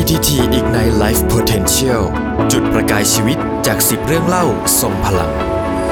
PTT Ignite Life Potential จุดประกายชีวิตจาก10เรื่องเล่าทรงพลัง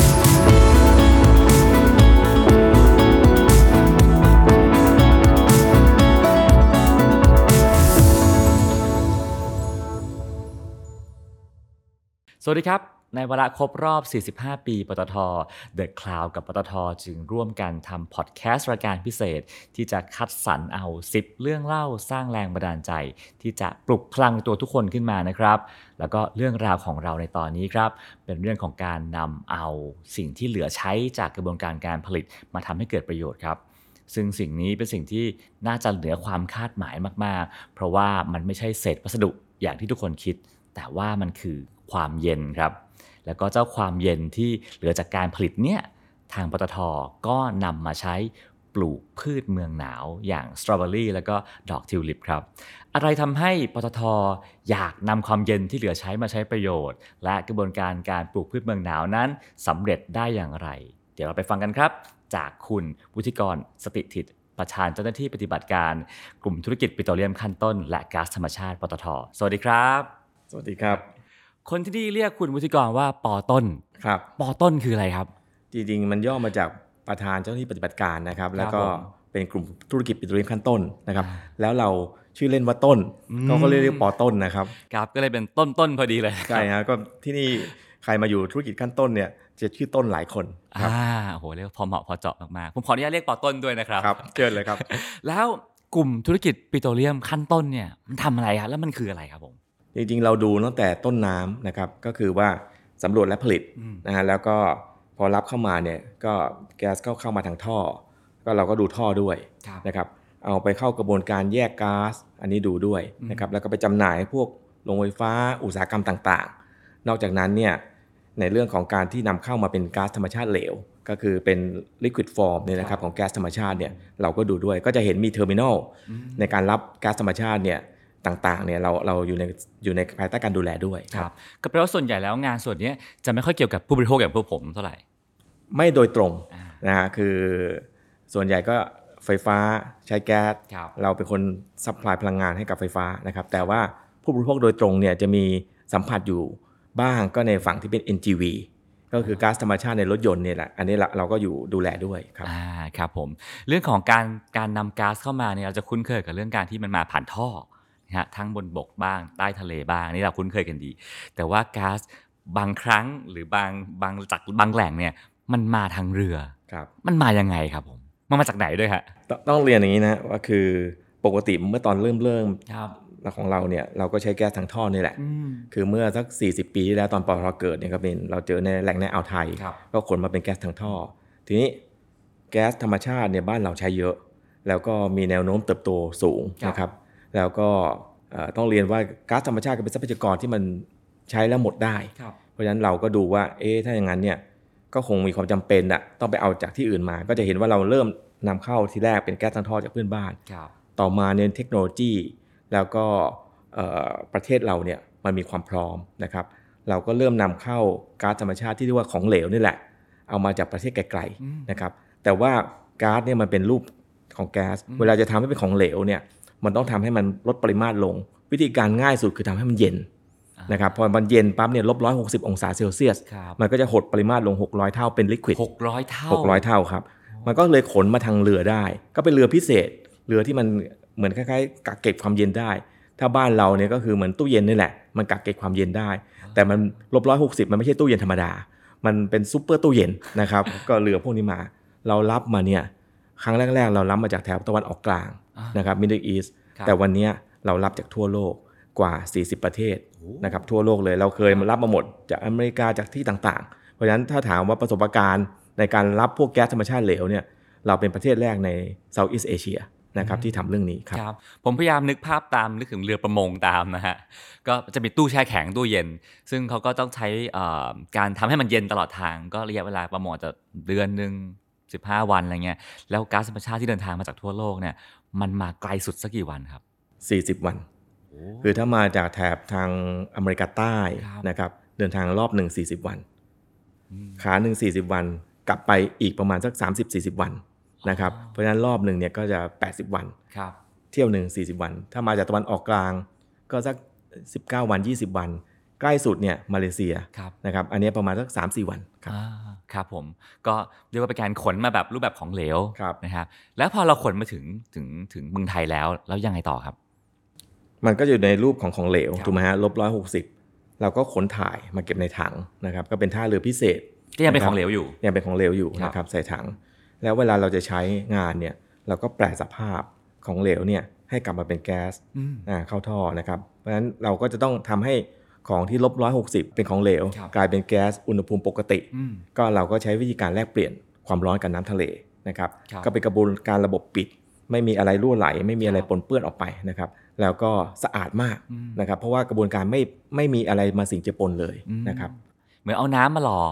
สวัสดีครับในวาระครบรอบ45ปีปตท The Cloud กับปตทจึงร่วมกันทำพอดแคสต์รายการพิเศษที่จะคัดสรรเอา10เรื่องเล่าสร้างแรงบันดาลใจที่จะปลุกพลังตัวทุกคนขึ้นมานะครับแล้วก็เรื่องราวของเราในตอนนี้ครับเป็นเรื่องของการนำเอาสิ่งที่เหลือใช้จากกระบวนการการผลิตมาทำให้เกิดประโยชน์ครับซึ่งสิ่งนี้เป็นสิ่งที่น่าจะเหนือความคาดหมายมากๆเพราะว่ามันไม่ใช่เศษวัสดุอย่างที่ทุกคนคิดแต่ว่ามันคือความเย็นครับแล้วก็เจ้าความเย็นที่เหลือจากการผลิตเนี่ยทางปตท.ก็นำมาใช้ปลูกพืชเมืองหนาวอย่างสตรอเบอรี่แล้วก็ดอกทิวลิปครับอะไรทำให้ปตท.อยากนำความเย็นที่เหลือใช้มาใช้ประโยชน์และกระบวนการการปลูกพืชเมืองหนาวนั้นสำเร็จได้อย่างไรเดี๋ยวเราไปฟังกันครับจากคุณวุฒิกรสติถิตประธานเจ้าหน้าที่ปฏิบัติการกลุ่มธุรกิจปิโตรเลียมขั้นต้นและก๊าซธรรมชาติปตท.สวัสดีครับสวัสดีครับคนที่นี่เรียกคุณวุฒิกรว่าปอต้นครับปอต้นคืออะไรครับจริงๆมันย่อมาจากประธานเจ้าหน้าที่ปฏิบัติการนะครับแล้วก็เป็นกลุ่มธุรกิจปิโตรเลียมขั้นต้นนะครับแล้วเราชื่อเล่นว่าต้นเขาก็เรียกปอต้นนะครับครับก็เลยเป็นต้นพอดีเลยใช่ฮะก็ที่นี่ใครมาอยู่ธุรกิจขั้นต้นเนี่ยจะชื่อต้นหลายคนครับโหเรียกพอเหมาะพอเจาะมากๆผมขออนุญาตเรียกปอต้นด้วยนะครับครับเชิญเลยครับแล้วกลุ่มธุรกิจปิโตรเลียมขั้นต้นเนี่ยมันทำอะไรครับแล้วมันคืออะไรครับผมจริงๆเราดูตั้งแต่ต้นน้ำนะครับก็คือว่าสำรวจและผลิตนะฮะแล้วก็พอรับเข้ามาเนี่ยก็แก๊สเข้ามาทางท่อก็เราก็ดูท่อด้วยนะครับเอาไปเข้ากระบวนการแยกก๊าซอันนี้ดูด้วยนะครับแล้วก็ไปจำหน่ายพวกโรงไฟฟ้าอุตสาหกรรมต่างๆนอกจากนั้นเนี่ยในเรื่องของการที่นำเข้ามาเป็นก๊าซธรรมชาติเหลวก็คือเป็น liquid form เนี่ยนะครับของแก๊สธรรมชาติเนี่ยเราก็ดูด้วยก็จะเห็นมีเทอร์มินอลในการรับก๊าซธรรมชาติเนี่ยต่างๆเนี่ยเราอยู่ในภายใต้การดูแลด้วยครับก็แปลว่าส่วนใหญ่แล้วงานส่วนนี้จะไม่ค่อยเกี่ยวกับผู้บริโภคอย่างพวกผมเท่าไหร่ไม่โดยตรงนะฮะคือส่วนใหญ่ก็ไฟฟ้าใช้แก๊สเราเป็นคนซัพพลายพลังงานให้กับไฟฟ้านะครับแต่ว่าผู้บริโภคโดยตรงเนี่ยจะมีสัมผัสอยู่บ้างก็ในฝั่งที่เป็น NGV ก็คือก๊าซธรรมชาติในรถยนต์เนี่ยแหละอันนี้เราก็อยู่ดูแลด้วยครับครับผมเรื่องของการนำก๊าซเข้ามาเนี่ยเราจะคุ้นเคยกับเรื่องการที่มันมาผ่านท่อทั้งบนบกบ้างใต้ทะเลบ้างนี่เราคุ้นเคยกันดีแต่ว่าก๊าซบางครั้งหรือบางจากบางแหล่งเนี่ยมันมาทางเรือมันมายังไงครับผมมันมาจากไหนด้วยฮะต้องเรียนอย่างนี้นะว่าคือปกติเมื่อตอนเริ่มของเราเนี่ยเราก็ใช้แก๊สทางท่อนี่แหละคือเมื่อสัก40ปีที่แล้วตอนปตท.เกิดเนี่ยก็เป็นเราเจอในแหล่งในอ่าวไทยก็ขนมาเป็นแก๊สทางท่อทีนี้แก๊สธรรมชาติเนี่ยบ้านเราใช้เยอะแล้วก็มีแนวโน้มเติบโตสูงนะครับแล้วก็ต้องเรียนว่าก๊าซธรรมชาติก็เป็นทรัพยากรที่มันใช้แล้วหมดได้เพราะฉะนั้นเราก็ดูว่าถ้าอย่างนั้นเนี่ยก็คงมีความจำเป็นต้องไปเอาจากที่อื่นมาก็จะเห็นว่าเราเริ่มนำเข้าทีแรกเป็นแก๊สทางท่อจากเพื่อนบ้านต่อมาในเทคโนโลยีแล้วก็ประเทศเราเนี่ยมันมีความพร้อมนะครับเราก็เริ่มนำเข้าก๊าซธรรมชาติที่เรียกว่าของเหลวนี่แหละเอามาจากประเทศไกลๆนะครับแต่ว่าก๊าซเนี่ยมันเป็นรูปของแก๊สเวลาจะทำให้เป็นของเหลวเนี่ยมันต้องทำให้มันลดปริมาตรลงวิธีการง่ายสุดคือทำให้มันเย็นนะครับพอมันเย็นปั๊บเนี่ย-160 องศาเซลเซียสมันก็จะหดปริมาตรลง600เท่าเป็นลิควิด 600เท่าครับมันก็เลยขนมาทางเรือได้ก็เป็นเรือพิเศษเรือที่มันเหมือนคล้ายๆกักเก็บความเย็นได้ถ้าบ้านเราเนี่ยก็คือเหมือนตู้เย็นนี่แหละมันกักเก็บความเย็นได้แต่มัน-160มันไม่ใช่ตู้เย็นธรรมดามันเป็นซุปเปอร์ตู้เย็นนะครับก็เรือพวกนี้มาเรารับมาเนี่ยครั้งแรกๆเรารับมาจากแถบตะวันออกกลางนะครับ Middle East แต่วันนี้เรารับจากทั่วโลกกว่า40ประเทศนะครับทั่วโลกเลยเราเคยมารับมาหมดจากอเมริกาจากที่ต่างๆเพราะฉะนั้นถ้าถามว่าประสบการณ์ในการรับพวกแก๊สธรรมชาติเหลวเนี่ยเราเป็นประเทศแรกใน Southeast Asia นะครับที่ทำเรื่องนี้ครับผมพยายามนึกภาพตามนึกถึงเรือประมงตามนะฮะก็จะมีตู้แช่แข็งตู้เย็นซึ่งเขาก็ต้องใช้การทำให้มันเย็นตลอดทางก็ระยะเวลาประมาณจะเดือนนึง15วันอะไรเงี้ยแล้วก๊าซธรรมชาติที่เดินทางมาจากทั่วโลกเนี่ยมันมาไกลสุดสักกี่วันครับ 40วันคือถ้ามาจากแถบทางอเมริกาใต้นะครับเดินทางรอบ1 40วันขาหนึ่ง40วันกลับไปอีกประมาณสัก30-40วันนะครับเพราะฉะนั้นรอบหนึ่งเนี่ยก็จะ80วันเที่ยวหนึ่ง40วันถ้ามาจากตะวันออกกลางก็สัก19 วัน20 วันใกล้สุดเนี่ยมาเลเซียนะครับอันนี้ประมาณสัก 3-4 วันครับครับผมก็เรียกว่าเป็นการขนมาแบบรูปแบบของเหลวนะครับแล้วพอเราขนมาถึงเมืองไทยแล้วยังไงต่อครับมันก็อยู่ในรูปของเหลวถูกไหมฮะ-160เราก็ขนถ่ายมาเก็บในถังนะครับก็เป็นท่าเรือพิเศษก็ยังเป็นของเหลวอยู่นะครับใส่ถังแล้วเวลาเราจะใช้งานเนี่ยเราก็แปลสภาพของเหลวเนี่ยให้กลับมาเป็นแก๊สเข้าท่อนะครับเพราะฉะนั้นเราก็จะต้องทำให้ของที่-160เป็นของเหลวกลายเป็นแก๊สอุณหภูมิปกติก็เราก็ใช้วิธีการแลกเปลี่ยนความร้อนกับน้ำทะเลนะครับก็เป็นกระบวนการระบบปิดไม่มีอะไรรั่วไหลไม่มีอะไรปนเปื้อนออกไปนะครับแล้วก็สะอาดมากนะครับเพราะว่ากระบวนการไม่มีอะไรมาสิ่งเจือปนเลยนะครับเหมือนเอาน้ำมาหล่อ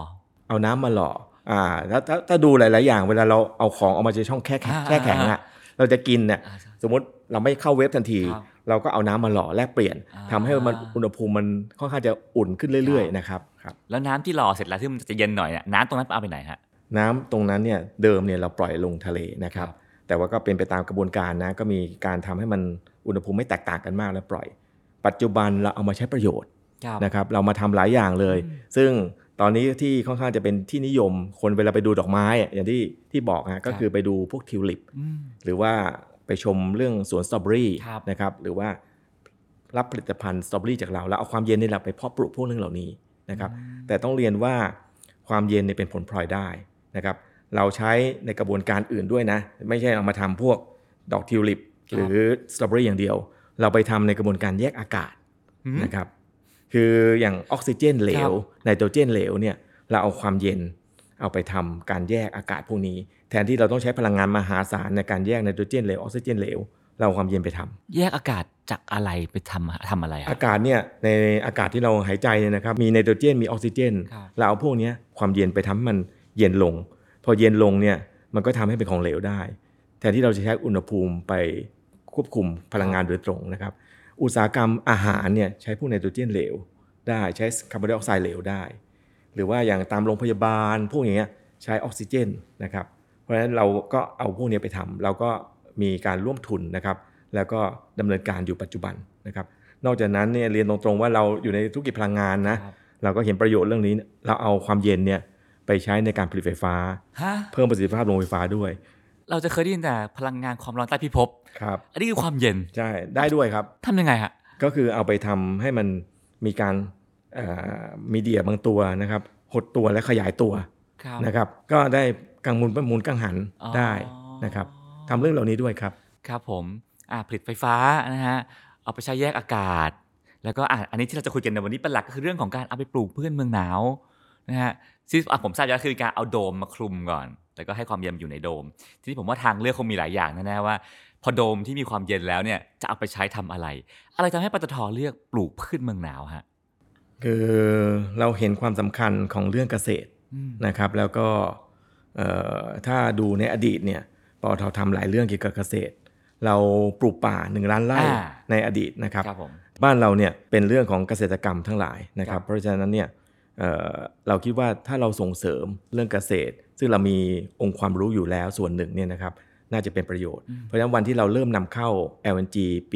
ถ้าดูหลายๆอย่างเวลาเราเอาของออกมาจากช่องแช่แข็งอ่ะเราจะกินเนี่ยสมมติเราไม่เข้าเวฟทันทีเราก็เอาน้ำมาหล่อแลกเปลี่ยนทำให้มันอุณหภูมิมันค่อนข้างจะอุ่นขึ้นเรื่อยๆนะครับแล้วน้ำที่หล่อเสร็จแล้วที่มันจะเย็นหน่อยเนี่ยน้ำตรงนั้นเอาไปไหนฮะน้ำตรงนั้นเนี่ยเดิมเนี่ยเราปล่อยลงทะเลนะครับแต่ว่าก็เป็นไปตามกระบวนการนะก็มีการทำให้มันอุณหภูมิไม่แตกต่างกันมากแล้วปล่อยปัจจุบันเราเอามาใช้ประโยชน์นะครับเรามาทำหลายอย่างเลยซึ่งตอนนี้ที่ค่อนข้างจะเป็นที่นิยมคนเวลาไปดูดอกไม้อย่างที่บอกฮะก็คือไปดูพวกทิวลิปหรือว่าไปชมเรื่องสวนสตรอเบอรี่นะครับหรือว่ารับผลิตภัณฑ์สตรอเบอรี่จากเราแล้วเอาความเย็นนี่แหละไปเพาะปลูกพวกเรื่องเหล่านี้นะครับแต่ต้องเรียนว่าความเย็นเนี่ยเป็นผลพลอยได้นะครับเราใช้ในกระบวนการอื่นด้วยนะไม่ใช่เอามาทำพวกดอกทิวลิปหรือสตรอเบอรี่อย่างเดียวเราไปทำในกระบวนการแยกอากาศนะครับคืออย่างออกซิเจนเหลวไนโตรเจนเหลวเนี่ยเราเอาความเย็นเอาไปทำการแยกอากาศพวกนี้แทนที่เราต้องใช้พลังงานมหาศาลในการแยกไนโตรเจนเหลวออกซิเจนเหลวเราเอาความเย็นไปทำแยกอากาศจากอะไรไปทำอะไรอากาศเนี่ยในอากาศที่เราหายใจเนี่ยนะครับมีไนโตรเจนมีออกซิเจนเราเอาพวกนี้ความเย็นไปทำให้มันเย็นลงพอเย็นลงเนี่ยมันก็ทำให้เป็นของเหลวได้แทนที่เราจะใช้อุณหภูมิไปควบคุมพลังงานโดยตรงนะครับอุตสาหกรรมอาหารเนี่ยใช้พวกไนโตรเจนเหลวได้ใช้คาร์บอนไดออกไซด์เหลวได้หรือว่าอย่างตามโรงพยาบาลพวกอย่างเงี้ยใช้ออกซิเจนนะครับเพราะฉะนั้นเราก็เอาพวกนี้ไปทำเราก็มีการร่วมทุนนะครับแล้วก็ดำเนินการอยู่ปัจจุบันนะครับนอกจากนั้นเนี่ยเรียนตรงๆว่าเราอยู่ในธุรกิจพลังงานนะเราก็เห็นประโยชน์เรื่องนี้เราเอาความเย็นเนี่ยไปใช้ในการผลิตไฟฟ้าเพิ่มประสิทธิภาพโรงไฟฟ้าด้วยเราจะเคยได้ยินแต่พลังงานความร้อนใต้พิภพครับอันนี้คือความเย็นใช่ได้ด้วยครับทำยังไงฮะก็คือเอาไปทำให้มันมีการมีเดียบางตัวนะครับหดตัวและขยายตัวนะครับก็ได้กังมูลกังหันได้นะครับทำเรื่องเหล่านี้ด้วยครับครับผมผลิตไฟฟ้านะฮะเอาไปใช้แยกอากาศแล้วก็อันนี้ที่เราจะคุยกันในวันนี้เป็นหลักก็คือเรื่องของการเอาไปปลูกพืชเมืองหนาวนะฮะที่ผมทราบแล้วคือการเอาโดมมาคลุมก่อนแล้วก็ให้ความเย็นอยู่ในโดมทีนี้ผมว่าทางเลือกคงมีหลายอย่างแน่ๆว่าพอโดมที่มีความเย็นแล้วเนี่ยจะเอาไปใช้ทำอะไรทำให้ปตท.เลือกปลูกพืชเมืองหนาวฮะคือเราเห็นความสำคัญของเรื่องเกษตรนะครับแล้วก็ถ้าดูในอดีตเนี่ยปตท.ทำหลายเรื่องเกี่ยวกับเกษตรเราปลูกป่า1 ล้านไร่ในอดีตนะครับบ้านเราเนี่ยเป็นเรื่องของเกษตรกรรมทั้งหลายนะครับเพราะฉะนั้นเนี่ยเราคิดว่าถ้าเราส่งเสริมเรื่องเกษตรซึ่งเรามีองค์ความรู้อยู่แล้วส่วนหนึ่งเนี่ยนะครับน่าจะเป็นประโยชน์เพราะฉะนั้นวันที่เราเริ่มนำเข้า LNG ปี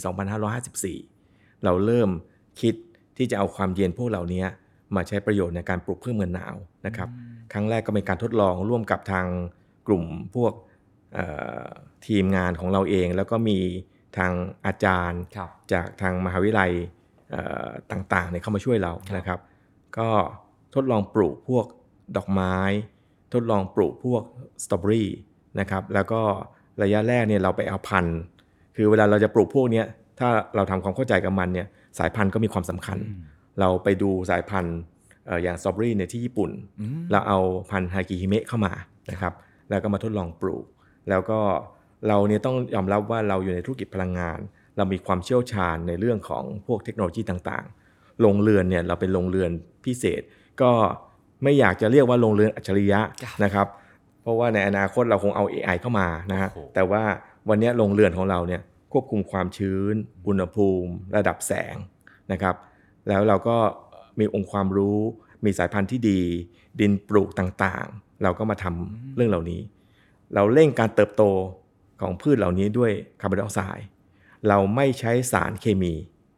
2554เราเริ่มคิดที่จะเอาความเย็นพวกเหล่านี้มาใช้ประโยชน์ในการปลูกพืชเมืองหนาวนะครับครั้งแรกก็เป็นการทดลองร่วมกับทางกลุ่มพวกทีมงานของเราเองแล้วก็มีทางอาจารย์จากทางมหาวิทยาลัยต่างๆเนี่ยเข้ามาช่วยเรานะครับก็ทดลองปลูกพวกดอกไม้ทดลองปลูกพวกสตรอเบอรี่นะครับแล้วก็ระยะแรกเนี่ยเราไปเอาพันธุ์คือเวลาเราจะปลูกพวกนี้ถ้าเราทำความเข้าใจกับมันเนี่ยสายพันธุ์ก็มีความสำคัญเราไปดูสายพันธุ์อย่างสตรอเบอรี่เนี่ยที่ญี่ปุ่นเราเอาพันธุ์ฮากิฮิเมะเข้ามานะครับแล้วก็มาทดลองปลูกแล้วก็เราเนี่ยต้องยอมรับว่าเราอยู่ในธุรกิจพลังงานเรามีความเชี่ยวชาญในเรื่องของพวกเทคโนโลยีต่างๆโรงเรือนเนี่ยเราเป็นโรงเรือนพิเศษก็ไม่อยากจะเรียกว่าโรงเรือนอัจฉริยะนะครับเพราะว่าในอนาคตเราคงเอา AI เข้ามานะฮะแต่ว่าวันนี้โรงเรือนของเราเนี่ยควบคุมความชื้นอุณหภูมิระดับแสงนะครับแล้วเราก็มีองค์ความรู้มีสายพันธุ์ที่ดีดินปลูกต่างๆเราก็มาทำเรื่องเหล่านี้เราเร่งการเติบโตของพืชเหล่านี้ด้วยคาร์บอนไดออกไซด์เราไม่ใช้สารเคมี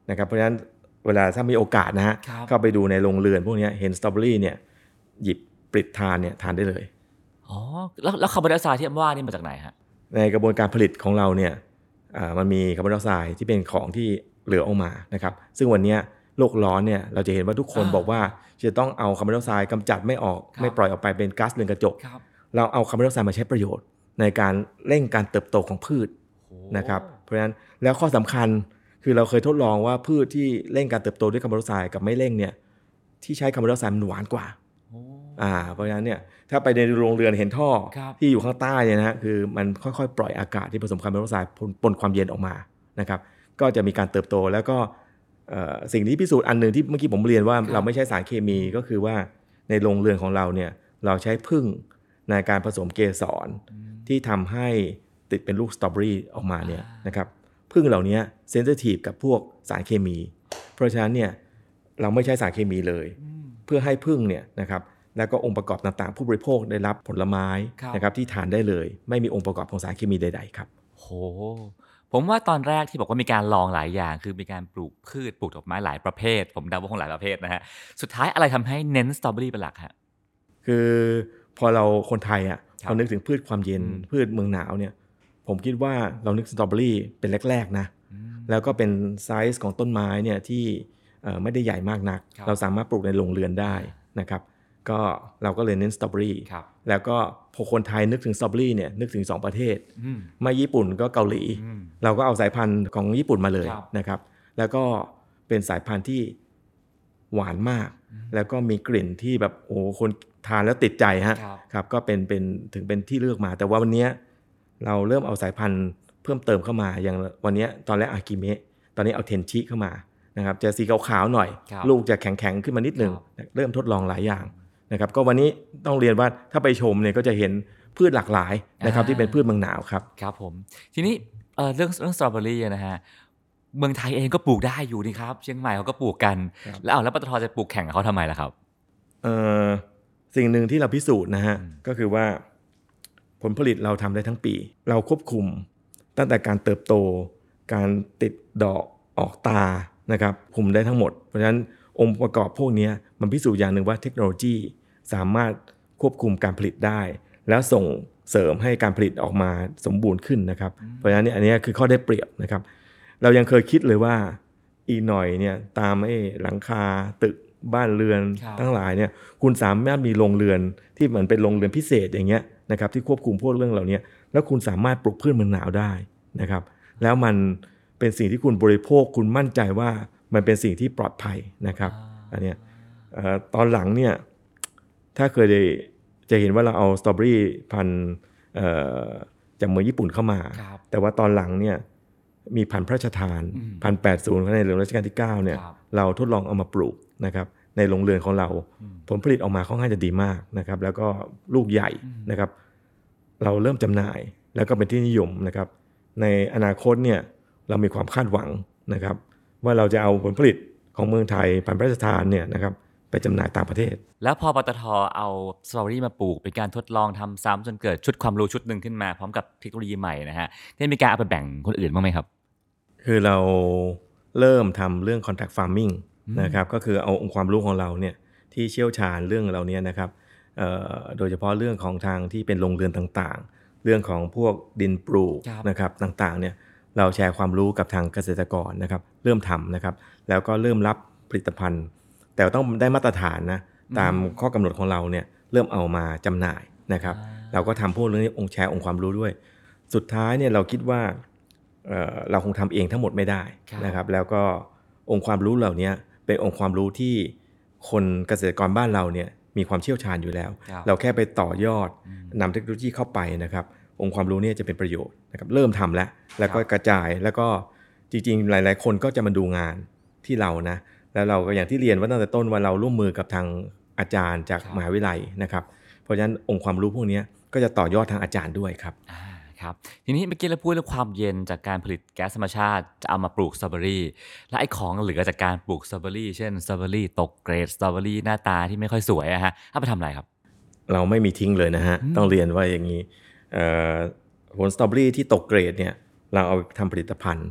นะครับเพราะฉะนั้นเวลาถ้ามีโอกาสนะฮะเข้าไปดูในโรงเรือนพวกนี้เห็นสตรอเบอรี่เนี่ยหยิบปลิดทานเนี่ยทานได้เลยอ๋อแล้วคาร์บอนไดออกไซด์ที่ว่านี่มาจากไหนฮะในกระบวนการผลิตของเราเนี่ยมันมีคาร์บอนไดออกไซด์ที่เป็นของที่เหลือออกมานะครับซึ่งวันนี้โลกร้อนเนี่ยเราจะเห็นว่าทุกคนบอกว่าจะต้องเอาคาร์บอนไดออกไซด์กำจัดไม่ออกไม่ปล่อยออกไปเป็นก๊าซเรือนกระจกเราเอาคาร์บอนไดออกไซด์มาใช้ประโยชน์ในการเร่งการเติบโตของพืชนะครับเพราะฉะนั้นแล้วข้อสำคัญคือเราเคยทดลองว่าพืชที่เร่งการเติบโตด้วยคาร์บอนไดออกไซด์กับไม่เร่งเนี่ยที่ใช้คาร์บอนไดออกไซด์มันหวานกว่าเพราะฉะนั้นเนี่ยถ้าไปในโรงเรือนเห็นท่อที่อยู่ข้างใต้เนี่ยนะฮะคือมันค่อยๆปล่อยอากาศที่ผสมคาร์บอนไดออกไซด์ปนความเย็นออกมานะครับก็จะมีการเติบโตแล้วก็สิ่งที่พิสูจน์อันนึงที่เมื่อกี้ผมเรียนว่าเราไม่ใช้สารเคมีก็คือว่าในโรงเรือนของเราเนี่ยเราใช้ผึ้งในการผสมเกสรที่ทำให้ติดเป็นลูกสตรอเบอรี่ออกมาเนี่ยนะครับผึ้งเหล่านี้เซนซิทีฟกับพวกสารเคมีเพราะฉะนั้นเนี่ยเราไม่ใช้สารเคมีเลยเพื่อให้ผึ้งเนี่ยนะครับแล้วก็องค์ประกอบต่างๆผู้บริโภคได้รับผลไม้นะครับที่ทานได้เลยไม่มีองค์ประกอบของสารเคมีใดๆครับโหผมว่าตอนแรกที่บอกว่ามีการลองหลายอย่างคือมีการปลูกพืชปลูกดอกไม้หลายประเภทผมเดาว่าคงหลายประเภทนะฮะสุดท้ายอะไรทำให้เน้นสตรอเบอรี่เป็นหลักฮะคือพอเราคนไทยเรานึกถึงพืชความเย็นพืชเมืองหนาวเนี่ยผมคิดว่าเรานึกสตรอเบอรี่เป็นแรกๆนะแล้วก็เป็นไซส์ของต้นไม้เนี่ยที่ไม่ได้ใหญ่มากนักเราสามารถปลูกในโรงเรือนได้นะครับก็เราก็เลยเน้นสตรอเบอรี่แล้วก็พอคนไทยนึกถึงสตรอเบอรี่เนี่ยนึกถึง2ประเทศไม่ญี่ปุ่นก็เกาหลีเราก็เอาสายพันธุ์ของญี่ปุ่นมาเลยนะครับแล้วก็เป็นสายพันธุ์ที่หวานมากแล้วก็มีกลิ่นที่แบบโอ้คนทานแล้วติดใจฮะครับก็เป็นถึงเป็นที่เลือกมาแต่ว่าวันนี้เราเริ่มเอาสายพันธุ์เพิ่มเติมเข้ามาอย่างวันนี้ตอนแรกอากิเมะตอนนี้เอาเทนชิเข้ามานะครับจะสีขาวๆหน่อยลูกจะแข็งๆขึ้นมานิดนึงเริ่มทดลองหลายอย่างนะครับก็วันนี้ต้องเรียนว่าถ้าไปชมเนี่ยก็จะเห็นพืชหลากหลายนะครับที่เป็นพืชเมืองหนาวครับครับผมทีนี้เรื่องสตรอเบอรี่นะฮะเมืองไทยเองก็ปลูกได้อยู่นี่ครับเชียงใหม่เขาก็ปลูกกันแล้วปตท.จะปลูกแข่งกับเขาทำไมล่ะครับสิ่งหนึ่งที่เราพิสูจน์นะฮะก็คือว่าผลผลิตเราทำได้ทั้งปีเราควบคุมตั้งแต่การเติบโตการติดดอกออกตานะครับคุมได้ทั้งหมดเพราะฉะนั้นองค์ประกอบพวกนี้มันพิสูจน์อย่างหนึ่งว่าเทคโนโลยีสามารถควบคุมการผลิตได้แล้วส่งเสริมให้การผลิตออกมาสมบูรณ์ขึ้นนะครับเพราะฉะนั้นอันนี้คือข้อได้เปรียบนะครับเรายังเคยคิดเลยว่าอีกหน่อยเนี่ยตามหลังคาตึกบ้านเรือนทั้งหลายเนี่ยคุณสามารถมีโรงเรือนที่เหมือนเป็นโรงเรือนพิเศษอย่างเงี้ยนะครับที่ควบคุมพวกเรื่องเหล่านี้แล้วคุณสามารถปลูกพืชเมืองหนาวได้นะครับแล้วมันเป็นสิ่งที่คุณบริโภคคุณมั่นใจว่ามันเป็นสิ่งที่ปลอดภัยนะครับอันเนี้ยตอนหลังเนี่ยถ้าเคยจะเห็นว่าเราเอาสตรอเบอรี่พันธุ์จากเมืองญี่ปุ่นเข้ามาแต่ว่าตอนหลังเนี่ยมีพันธุ์พระราชทาน1,080ในหลวงรัชกาลที่9เนี่ยเราทดลองเอามาปลูกนะครับในโรงเรือนของเราผลผลิตออกมาค่อนข้างจะดีมากนะครับแล้วก็ลูกใหญ่นะครับเราเริ่มจำหน่ายแล้วก็เป็นที่นิยมนะครับในอนาคตเนี่ยเรามีความคาดหวังนะครับว่าเราจะเอาผลผลิตของเมืองไทยพันธุ์พระราชทานเนี่ยนะครับไปจำหน่ายต่างประเทศแล้วพอปตท.เอาสตรอเบอรี่มาปลูกเป็นการทดลองทำซ้ำจนเกิดชุดความรู้ชุดหนึ่งขึ้นมาพร้อมกับเทคโนโลยีใหม่นะฮะได้มีการเอาไปแบ่งคนอื่นบ้างไหมครับคือเราเริ่มทำเรื่อง contract farming นะครับก็คือเอาองค์ความรู้ของเราเนี่ยที่เชี่ยวชาญเรื่องเหล่านี้นะครับโดยเฉพาะเรื่องของทางที่เป็นโรงเรือนต่างๆเรื่องของพวกดินปลูกนะครับต่างๆเนี่ยเราแชร์ความรู้กับทางเกษตรกรนะครับเริ่มทำนะครับแล้วก็เริ่มรับผลิตภัณฑ์แต่ต้องได้มาตรฐานนะตามข้อกำหนดของเราเนี่ยเริ่มเอามาจำหน่ายนะครับเราก็ทำพวกเรื่องนี้องค์แชร์องค์ความรู้ด้วยสุดท้ายเนี่ยเราคิดว่าเราคงทำเองทั้งหมดไม่ได้นะครับแล้วก็องค์ความรู้เหล่านี้เป็นองค์ความรู้ที่คนเกษตรกรบ้านเราเนี่ยมีความเชี่ยวชาญอยู่แล้วเราแค่ไปต่อยอดนำเทคโนโลยีเข้าไปนะครับองค์ความรู้เนี่ยจะเป็นประโยชน์นะครับเริ่มทำแล้วก็กระจายแล้วก็จริงๆหลายๆคนก็จะมาดูงานที่เรานะแล้วเราก็อย่างที่เรียนว่าตั้งแต่ต้นว่าเราร่วมมือกับทางอาจารย์จากมหาวิทยาลัยนะครับเพราะฉะนั้นองค์ความรู้พวกนี้ก็จะต่อยอดทางอาจารย์ด้วยครับครับทีนี้เมื่อกี้เราพูดเรื่องความเย็นจากการผลิตแก๊สธรรมชาติจะเอามาปลูกสตรอเบอรี่และไอ้ของเหลือจากการปลูกสตรอเบอรี่เช่นสตรอเบอรี่ตกเกรดสตรอเบอรี่หน้าตาที่ไม่ค่อยสวยเอาไปทำอะไรครับเราไม่มีทิ้งเลยนะฮะต้องเรียนว่าอย่างนี้ผลสตรอเบอรี่ที่ตกเกรดเนี่ยเราเอาทำผลิตภัณฑ์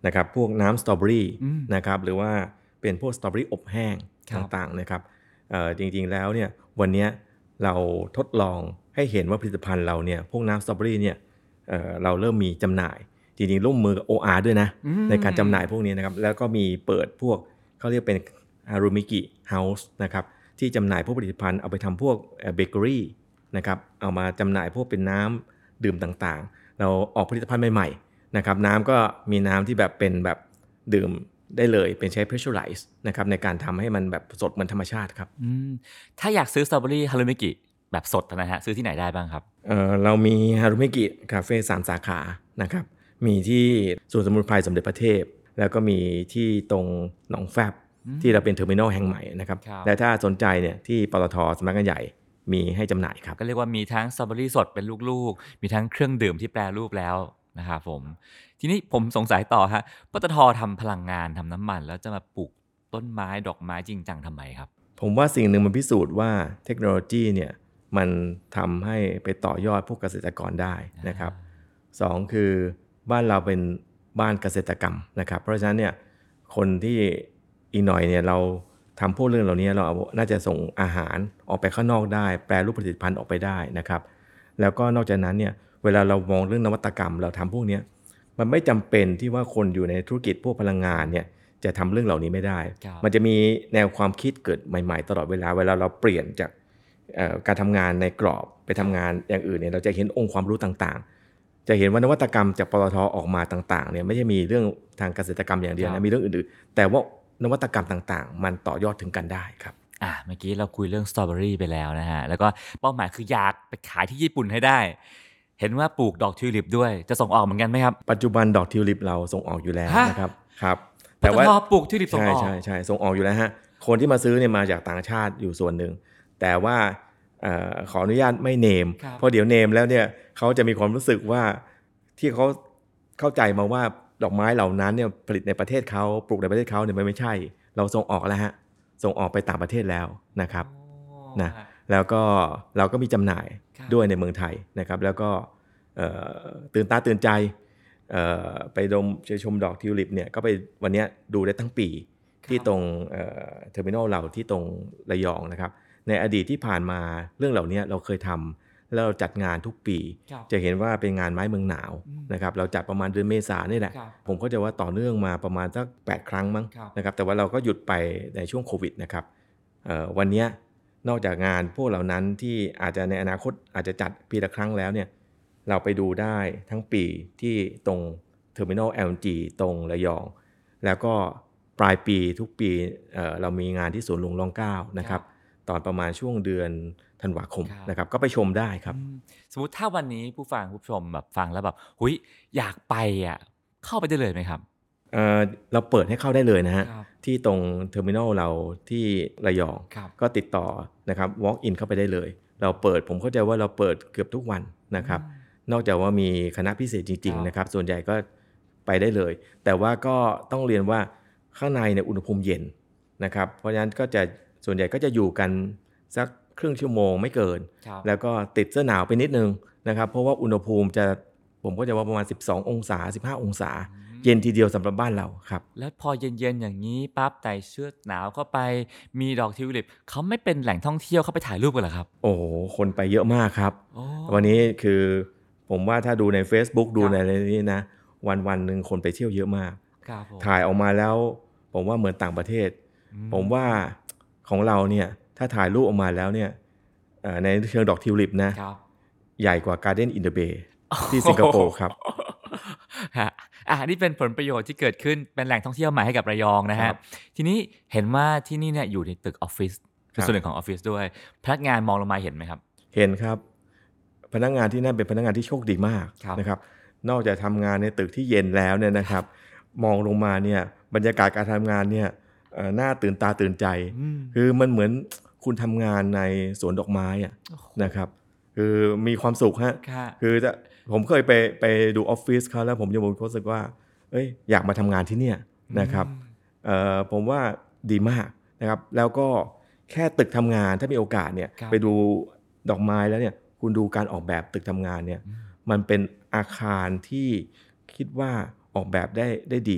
นะครับพวกน้ำสตรอเบอรี่นะครับหรือว่าเป็นพวกสตรอเบอรี่อบแห้งต่างๆนะครับจริงๆแล้วเนี่ยวันนี้เราทดลองให้เห็นว่าผลิตภัณฑ์เราเนี่ยพวกน้ำสตรอเบอรี่เนี่ยเราเริ่มมีจำหน่ายจริงๆร่วมมือกับ OR ด้วยนะในการจำหน่ายพวกนี้นะครับแล้วก็มีเปิดพวกเขาเรียกเป็นฮารุมิกิเฮาส์นะครับที่จำหน่ายพวกผลิตภัณฑ์เอาไปทำพวกเบเกอรี่นะครับเอามาจำหน่ายพวกเป็นน้ำดื่มต่างๆเราออกผลิตภัณฑ์ใหม่ๆนะครับน้ำก็มีน้ำที่แบบเป็นแบบดื่มได้เลยเป็นใช้ pressurize นะครับในการทำให้มันแบบสดเหมือนธรรมชาติครับถ้าอยากซื้อสตรอเบอรี่ฮารุมิกิแบบสดนะฮะซื้อที่ไหนได้บ้างครับเรามีฮารุมิกิคาเฟ่3 สาขานะครับมีที่สวนสมุนไพรสมเด็จพระเทพแล้วก็มีที่ตรงหนองแฟบที่เราเป็นเทอร์มินอลแห่งใหม่นะครับและถ้าสนใจเนี่ยที่ปตท.สำนักงานใหญ่มีให้จำหน่ายครับก็เรียกว่ามีทั้งสตรอเบอรี่สดเป็นลูกๆมีทั้งเครื่องดื่มที่แปรรูปแล้วนะครับผมทีนี้ผมสงสัยต่อฮะปตท.ทำพลังงานทำน้ำมันแล้วจะมาปลูกต้นไม้ดอกไม้จริงจังทำไมครับผมว่าสิ่งหนึ่งมันพิสูจน์ว่าเทคโนโลยีเนี่ยมันทำให้ไปต่อยอดพวกเกษตรกรได้นะครับ2คือบ้านเราเป็นบ้านเกษตรกรรมนะครับเพราะฉะนั้นเนี่ยคนที่อีกหน่อยเนี่ยเราทำพวกเรื่องเหล่านี้เราน่าจะส่งอาหารออกไปข้างนอกได้แปรรูปผลิตภัณฑ์ออกไปได้นะครับแล้วก็นอกจากนั้นเนี่ยเวลาเรามองเรื่องนวัตกรรมเราทำพวกนี้มันไม่จำเป็นที่ว่าคนอยู่ในธุรกิจพวกพลังงานเนี่ยจะทำเรื่องเหล่านี้ไม่ได้มันจะมีแนวความคิดเกิดใหม่ๆตลอดเวลาเราเปลี่ยนจากการทำงานในกรอบไปทำงานอย่างอื่นเนี่ยเราจะเห็นองค์ความรู้ต่างๆจะเห็นว่านวัตกรรมจากปตท.ออกมาต่างๆเนี่ยไม่ใช่มีเรื่องทางเกษตรกรรมอย่างเดียวนะมีเรื่องอื่นๆแต่ว่านวัตกรรมต่างๆมันต่อยอดถึงกันได้ครับเมื่อกี้เราคุยเรื่องสตรอเบอรี่ไปแล้วนะฮะแล้วก็เป้าหมายคืออยากไปขายที่ญี่ปุ่นให้ได้เห็นว่าปลูกดอกทิวลิปด้วยจะส่งออกเหมือนกันไหมครับปัจจุบันดอกทิวลิปเราส่งออกอยู่แล้วนะครับครับแต่ว่าปลูกทิวลิปส่งออกใช่ส่งออกอยู่แล้วฮะคนที่มาซื้อเนี่ยมาจากต่างชาติอยู่ส่วนหนึ่งแต่ว่าขออนุญาตไม่เนมเพราะเดี๋ยวเนมแล้วเนี่ยเขาจะมีความรู้สึกว่าที่เขาเข้าใจมาว่าดอกไม้เหล่านั้นเนี่ยผลิตในประเทศเขาปลูกในประเทศเขาเนี่ยไม่ใช่เราส่งออกแล้วฮะส่งออกไปต่างประเทศแล้วนะครับนะแล้วก็เราก็มีจำหน่ายด้วยในเมืองไทยนะครับแล้วก็ตื่นตาตื่นใจไปชมดอกทิวลิปเนี่ยก็ไปวันนี้ดูได้ทั้งปีที่ตรงเทอร์มินอลเราที่ตรงระยองนะครับในอดีตที่ผ่านมาเรื่องเหล่านี้เราเคยทำแล้วเราจัดงานทุกปีจะเห็นว่าเป็นงานไม้เมืองหนาวนะครับเราจัดประมาณเดือนเมษายนนี่แหละผมก็จะว่าต่อเนื่องมาประมาณสัก8 ครั้งมั้งนะครับแต่ว่าเราก็หยุดไปในช่วงโควิดนะครับวันนี้นอกจากงานพวกเหล่านั้นที่อาจจะในอนาคตอาจจะจัดปีละครั้งแล้วเนี่ยเราไปดูได้ทั้งปีที่ตรงเทอร์มินอล LNG ตรงระยองแล้วก็ปลายปีทุกปีเรามีงานที่สวนหลวงร9นะครับตอนประมาณช่วงเดือนธันวาคมนะครับก็ไปชมได้ครับสมมุติถ้าวันนี้ผู้ฟังผู้ชมแบบฟังแล้วแบบหุยอยากไปเข้าไปได้เลยไหมครับเราเปิดให้เข้าได้เลยนะฮะที่ตรงเทอร์มินอลเราที่ระยองก็ติดต่อนะครับ walk in เข้าไปได้เลยเราเปิดผมเข้าใจว่าเราเปิดเกือบทุกวันนะครับนอกจากว่ามีคณะพิเศษจริงๆนะครับส่วนใหญ่ก็ไปได้เลยแต่ว่าก็ต้องเรียนว่าข้างในเนี่ยอุณหภูมิเย็นนะครับเพราะฉะนั้นก็จะส่วนใหญ่ก็จะอยู่กันสักครึ่งชั่วโมงไม่เกินแล้วก็ติดเสื้อหนาวไปนิดนึงนะครับเพราะว่าอุณหภูมิจะผมก็จะว่าประมาณ12 องศา15 องศาเย็นทีเดียวสำหรับบ้านเราครับแล้วพอเย็นๆอย่างนี้ปั๊บใส่เสื้อหนาวเข้าไปมีดอกทิวลิปเขาไม่เป็นแหล่งท่องเที่ยวเข้าไปถ่ายรูปกันเหรอครับโอ้โหคนไปเยอะมากครับวันนี้คือผมว่าถ้าดูใน Facebook ดูในอะไรนี้นะวันนึงคนไปเที่ยวเยอะมากถ่ายออกมาแล้วผมว่าเหมือนต่างประเทศผมว่าของเราเนี่ยถ้าถ่ายรูปออกมาแล้วเนี่ยในเชิงดอกทิวลิปนะใหญ่กว่า Garden in the Bay ที่สิงคโปร์ครับนี่เป็นผลประโยชน์ที่เกิดขึ้นเป็นแหล่งท่องเที่ยวใหม่ให้กับระยองนะฮะทีนี้เห็นว่าที่นี่เนี่ยอยู่ในตึกออฟฟิศเป็นส่วนหนึ่งของออฟฟิศด้วยพนักงานมองลงมาเห็นไหมครับเห็นครับพนักงานที่นั่นเป็นพนักงานที่โชคดีมากนะครับนอกจากทำงานในตึกที่เย็นแล้วเนี่ยนะครับมองลงมาเนี่ยบรรยากาศการทำงานเนี่ยน่าตื่นตาตื่นใจคือมันเหมือนคุณทำงานในสวนดอกไม้นะครับคือมีความสุขฮะคือผมเคยไปดูออฟฟิศเขาแล้วผมยังรู้สึกว่าอยากมาทำงานที่เนี่ยนะครับผมว่าดีมากนะครับแล้วก็แค่ตึกทำงานถ้ามีโอกาสเนี่ยไปดูดอกไม้แล้วเนี่ยคุณดูการออกแบบตึกทำงานเนี่ยมันเป็นอาคารที่คิดว่าออกแบบได้ดี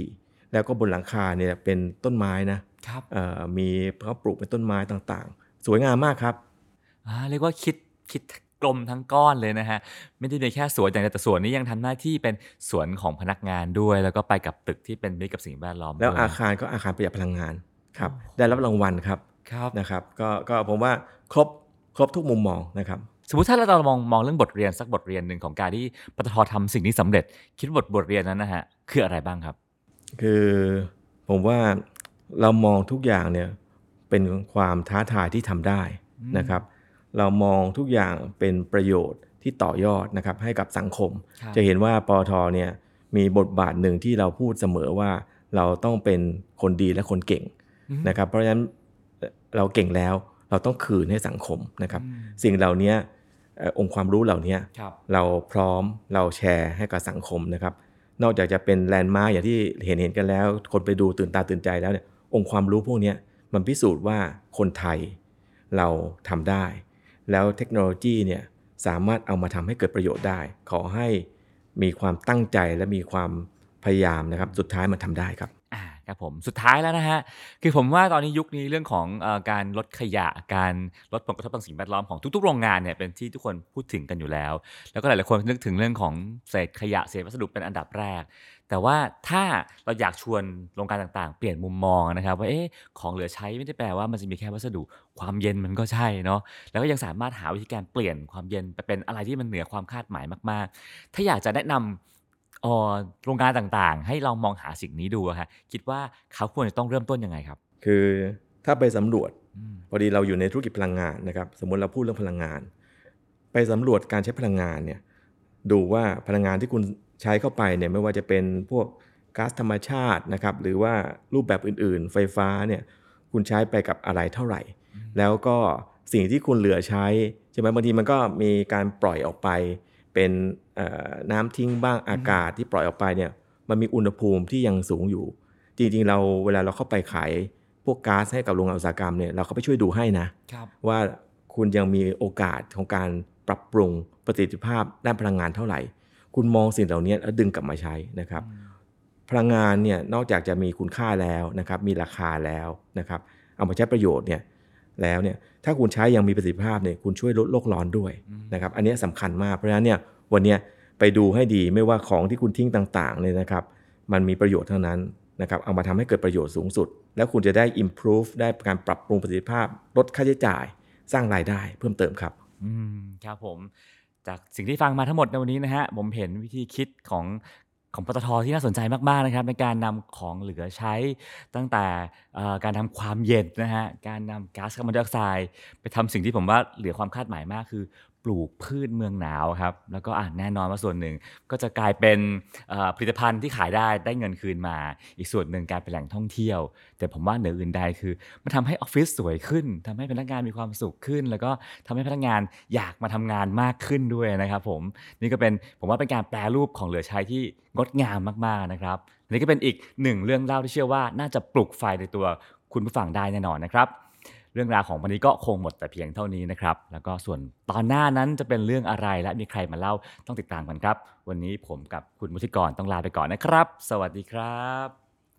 แล้วก็บนหลังคาเนี่ยเป็นต้นไม้นะครับมีเขาปลูกเป็นต้นไม้ต่างๆสวยงามมากครับเรียกว่าคิดกลมทั้งก้อนเลยนะฮะไม่ได้เป็นแค่สวนอย่างเดียวแต่สวนนี้ยังทำหน้าที่เป็นสวนของพนักงานด้วยแล้วก็ไปกับตึกที่เป็นมิตรกับสิ่งแวดล้อมแล้วอาคารก็อาคารประหยัดพลังงานครับได้รับรางวัลครับนะครับก็ผมว่าครบทุกมุมมองนะครับสมมุติถ้าเรามองเรื่องบทเรียนสักบทเรียนหนึ่งของการที่ปตท.ทำสิ่งนี้สำเร็จคิดบทเรียนนั้นนะฮะคืออะไรบ้างครับคือผมว่าเรามองทุกอย่างเนี่ยเป็นความท้าทายที่ทำได้นะครับเรามองทุกอย่างเป็นประโยชน์ที่ต่อยอดนะครับให้กับสังคมจะเห็นว่าปตท.เนี่ยมีบทบาทหนึ่งที่เราพูดเสมอว่าเราต้องเป็นคนดีและคนเก่งนะครับเพราะฉะนั้นเราเก่งแล้วเราต้องคืนให้สังคมนะครับสิ่งเหล่านี้องค์ความรู้เหล่านี้เราพร้อมเราแชร์ให้กับสังคมนะครับนอกจากจะเป็นแลนด์มาร์คอย่างที่เห็นกันแล้วคนไปดูตื่นตาตื่นใจแล้วเนี่ยองค์ความรู้พวกนี้มันพิสูจน์ว่าคนไทยเราทำได้แล้วเทคโนโลยีเนี่ยสามารถเอามาทำให้เกิดประโยชน์ได้ขอให้มีความตั้งใจและมีความพยายามนะครับสุดท้ายมันทำได้ครับครับผมสุดท้ายแล้วนะฮะคือผมว่าตอนนี้ยุคนี้เรื่องของการลดขยะการลดผลกระทบต่อสิ่งแวดล้อมของทุกๆโรงงานเนี่ยเป็นที่ทุกคนพูดถึงกันอยู่แล้วแล้วก็หลายๆคนนึกถึงเรื่องของเศษขยะเศษวัสดุเป็นอันดับแรกแต่ว่าถ้าเราอยากชวนโรงงานต่างๆเปลี่ยนมุมมองนะครับว่าของเหลือใช้ไม่ได้แปลว่ามันจะมีแค่วัสดุความเย็นมันก็ใช่เนาะแล้วก็ยังสามารถหาวิธีการเปลี่ยนความเย็นไปเป็นอะไรที่มันเหนือความคาดหมายมากๆถ้าอยากจะแนะนำโรงงานต่างๆให้ลองมองหาสิ่งนี้ดูฮะคิดว่าเขาควรจะต้องเริ่มต้นยังไงครับคือถ้าไปสำรวจพอดีเราอยู่ในธุรกิจพลังงานนะครับสมมติเราพูดเรื่องพลังงานไปสำรวจการใช้พลังงานเนี่ยดูว่าพลังงานที่คุณใช้เข้าไปเนี่ยไม่ว่าจะเป็นพวกก๊าซธรรมชาตินะครับหรือว่ารูปแบบอื่นๆไฟฟ้าเนี่ยคุณใช้ไปกับอะไรเท่าไหร่แล้วก็สิ่งที่คุณเหลือใช้ใช่ไหมบางทีมันก็มีการปล่อยออกไปเป็นน้ำทิ้งบ้างอากาศที่ปล่อยออกไปเนี่ยมันมีอุณหภูมิที่ยังสูงอยู่จริงๆเราเวลาเราเข้าไปขายพวกก๊าซให้กับโรงงานอุตสาหกรรมเนี่ยเราก็ไปช่วยดูให้นะว่าคุณยังมีโอกาสของการปรับปรุงประสิทธิภาพด้านพลังงานเท่าไหร่คุณมองสิ่งเหล่านี้แล้วดึงกลับมาใช้นะครับพลังงานเนี่ยนอกจากจะมีคุณค่าแล้วนะครับมีราคาแล้วนะครับเอามาใช้ประโยชน์เนี่ยแล้วเนี่ยถ้าคุณใช้ยังมีประสิทธิภาพเนี่ยคุณช่วยลดโลกร้อนด้วยนะครับอันนี้สำคัญมากเพราะฉะนั้นเนี่ยวันนี้ไปดูให้ดีไม่ว่าของที่คุณทิ้งต่างๆเนี่ยนะครับมันมีประโยชน์เท่านั้นนะครับเอามาทำให้เกิดประโยชน์สูงสุดแล้วคุณจะได้ improve ได้การปรับปรุงประสิทธิภาพลดค่าใช้จ่ายสร้างรายได้เพิ่มเติมครับครับผมจากสิ่งที่ฟังมาทั้งหมดในวันนี้นะฮะผมเห็นวิธีคิดของปตท.ที่น่าสนใจมากๆนะครับในการนำของเหลือใช้ตั้งแต่การทำความเย็นนะฮะการนำก๊าซคาร์บอนไดออกไซด์ไปทำสิ่งที่ผมว่าเหลือความคาดหมายมากคือปลูกพืชเมืองหนาวครับแล้วก็แน่นอนว่าส่วนหนึ่งก็จะกลายเป็นผลิตภัณฑ์ที่ขายได้เงินคืนมาอีกส่วนหนึ่งกลายเป็นแหล่งท่องเที่ยวแต่ผมว่าเหนืออื่นใดคือมันทำให้ออฟฟิศสวยขึ้นทำให้พนักงานมีความสุขขึ้นแล้วก็ทำให้พนักงานอยากมาทำงานมากขึ้นด้วยนะครับนี่ก็เป็นผมว่าเป็นการแปรรูปของเหลือใช้ที่งดงามมากๆนะครับนี่ก็เป็นอีกหนึ่งเรื่องเล่าที่เชื่อว่าน่าจะปลุกไฟในตัวคุณผู้ฟังได้แน่นอนนะครับเรื่องราวของวันนี้ก็คงหมดแต่เพียงเท่านี้นะครับแล้วก็ส่วนตอนหน้านั้นจะเป็นเรื่องอะไรและมีใครมาเล่าต้องติดตามกันครับวันนี้ผมกับคุณมุทิกรต้องลาไปก่อนนะครับสวัสดีครับ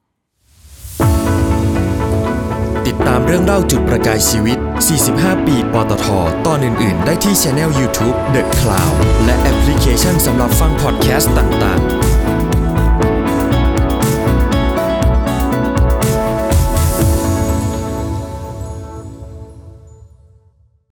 ติดตามเรื่องเล่าจุดประกายชีวิต45ปีปตท.ตอนอื่นๆได้ที่ Channel YouTube The Cloud และแอปพลิเคชันสำหรับฟังพอดแคสต์ต่างๆ